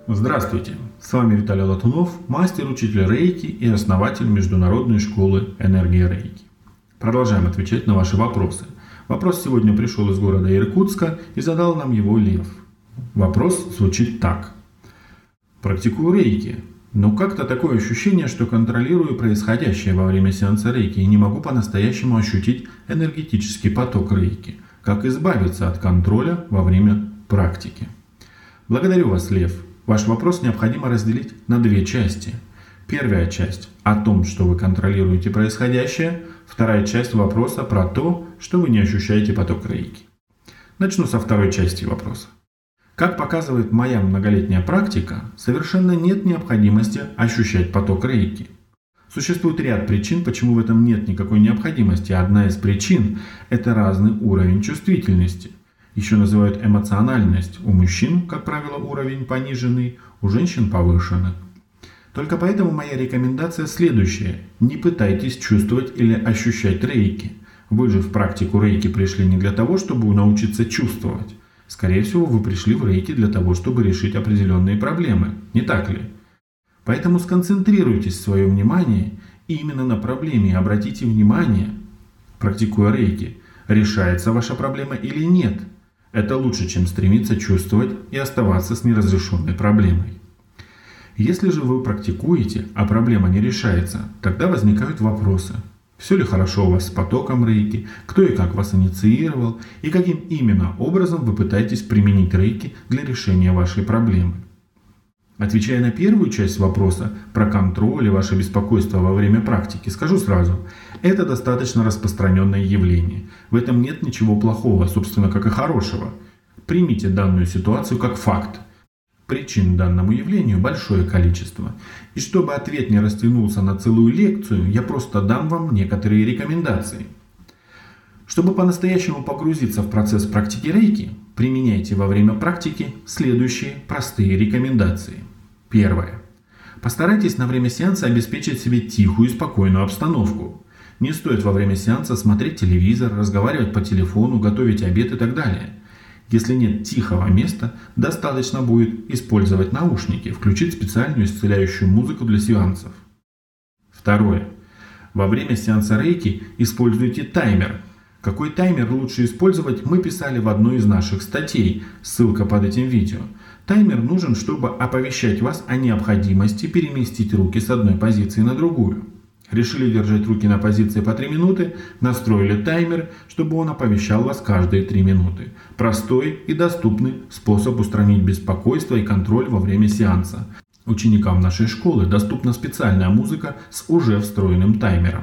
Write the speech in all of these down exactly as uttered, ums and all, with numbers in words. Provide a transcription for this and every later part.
Здравствуйте! С вами Виталий Латунов, мастер-учитель рейки и основатель международной школы «Энергия рейки». Продолжаем отвечать на ваши вопросы. Вопрос сегодня пришел из города Иркутска и задал нам его Лев. Вопрос звучит так. Практикую рейки, но как-то такое ощущение, что контролирую происходящее во время сеанса рейки и не могу по-настоящему ощутить энергетический поток рейки. Как избавиться от контроля во время практики? Благодарю вас, Лев. Ваш вопрос необходимо разделить на две части. Первая часть о том, что вы контролируете происходящее. Вторая часть вопроса про то, что вы не ощущаете поток рейки. Начну со второй части вопроса. Как показывает моя многолетняя практика, совершенно нет необходимости ощущать поток рейки. Существует ряд причин, почему в этом нет никакой необходимости. Одна из причин – это разный уровень чувствительности. Еще называют эмоциональность. У мужчин, как правило, уровень пониженный, у женщин повышенный. Только поэтому моя рекомендация следующая. Не пытайтесь чувствовать или ощущать рейки. Вы же в практику рейки пришли не для того, чтобы научиться чувствовать. Скорее всего, вы пришли в рейки для того, чтобы решить определенные проблемы. Не так ли? Поэтому сконцентрируйтесь свое внимание именно на проблеме и обратите внимание, практикуя рейки, решается ваша проблема или нет. Это лучше, чем стремиться чувствовать и оставаться с неразрешенной проблемой. Если же вы практикуете, а проблема не решается, тогда возникают вопросы. Все ли хорошо у вас с потоком рейки, кто и как вас инициировал, и каким именно образом вы пытаетесь применить рейки для решения вашей проблемы. Отвечая на первую часть вопроса про контроль и ваше беспокойство во время практики, скажу сразу, это достаточно распространенное явление. В этом нет ничего плохого, собственно, как и хорошего. Примите данную ситуацию как факт. Причин данному явлению большое количество. И чтобы ответ не растянулся на целую лекцию, я просто дам вам некоторые рекомендации. Чтобы по-настоящему погрузиться в процесс практики рейки, применяйте во время практики следующие простые рекомендации. Первое. Постарайтесь на время сеанса обеспечить себе тихую и спокойную обстановку. Не стоит во время сеанса смотреть телевизор, разговаривать по телефону, готовить обед и так далее. Если нет тихого места, достаточно будет использовать наушники, включить специальную исцеляющую музыку для сеансов. Второе. Во время сеанса рейки используйте таймер. Какой таймер лучше использовать, мы писали в одной из наших статей, ссылка под этим видео. Таймер нужен, чтобы оповещать вас о необходимости переместить руки с одной позиции на другую. Решили держать руки на позиции по три минуты, настроили таймер, чтобы он оповещал вас каждые три минуты. Простой и доступный способ устранить беспокойство и контроль во время сеанса. Ученикам нашей школы доступна специальная музыка с уже встроенным таймером.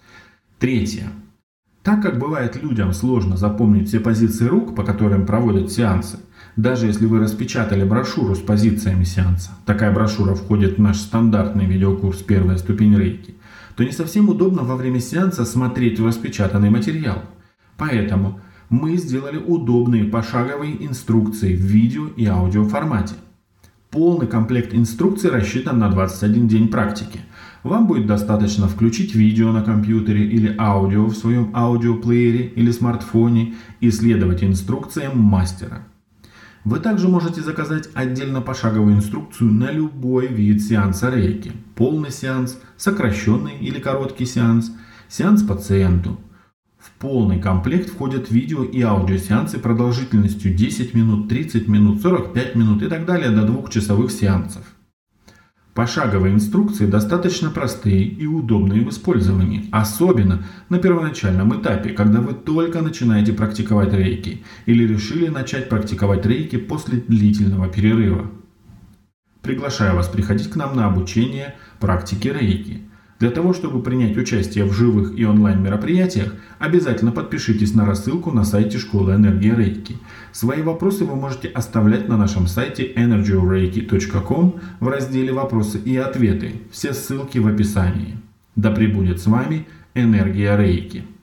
Третье. Так как бывает людям сложно запомнить все позиции рук, по которым проводят сеансы, даже если вы распечатали брошюру с позициями сеанса, такая брошюра входит в наш стандартный видеокурс «Первая ступень рейки», то не совсем удобно во время сеанса смотреть в распечатанный материал. Поэтому мы сделали удобные пошаговые инструкции в видео и аудио формате. Полный комплект инструкций рассчитан на двадцать один день практики. Вам будет достаточно включить видео на компьютере или аудио в своем аудиоплеере или смартфоне и следовать инструкциям мастера. Вы также можете заказать отдельно пошаговую инструкцию на любой вид сеанса рейки. Полный сеанс, сокращенный или короткий сеанс, сеанс пациенту. В полный комплект входят видео и аудиосеансы продолжительностью десять минут, тридцать минут, сорок пять минут и так далее до двухчасовых сеансов. Пошаговые инструкции достаточно простые и удобные в использовании, особенно на первоначальном этапе, когда вы только начинаете практиковать рейки или решили начать практиковать рейки после длительного перерыва. Приглашаю вас приходить к нам на обучение практике рейки. Для того, чтобы принять участие в живых и онлайн мероприятиях, обязательно подпишитесь на рассылку на сайте школы «Энергия рейки». Свои вопросы вы можете оставлять на нашем сайте энерджи рейки точка ком в разделе «Вопросы и ответы». Все ссылки в описании. Да пребудет с вами энергия рейки.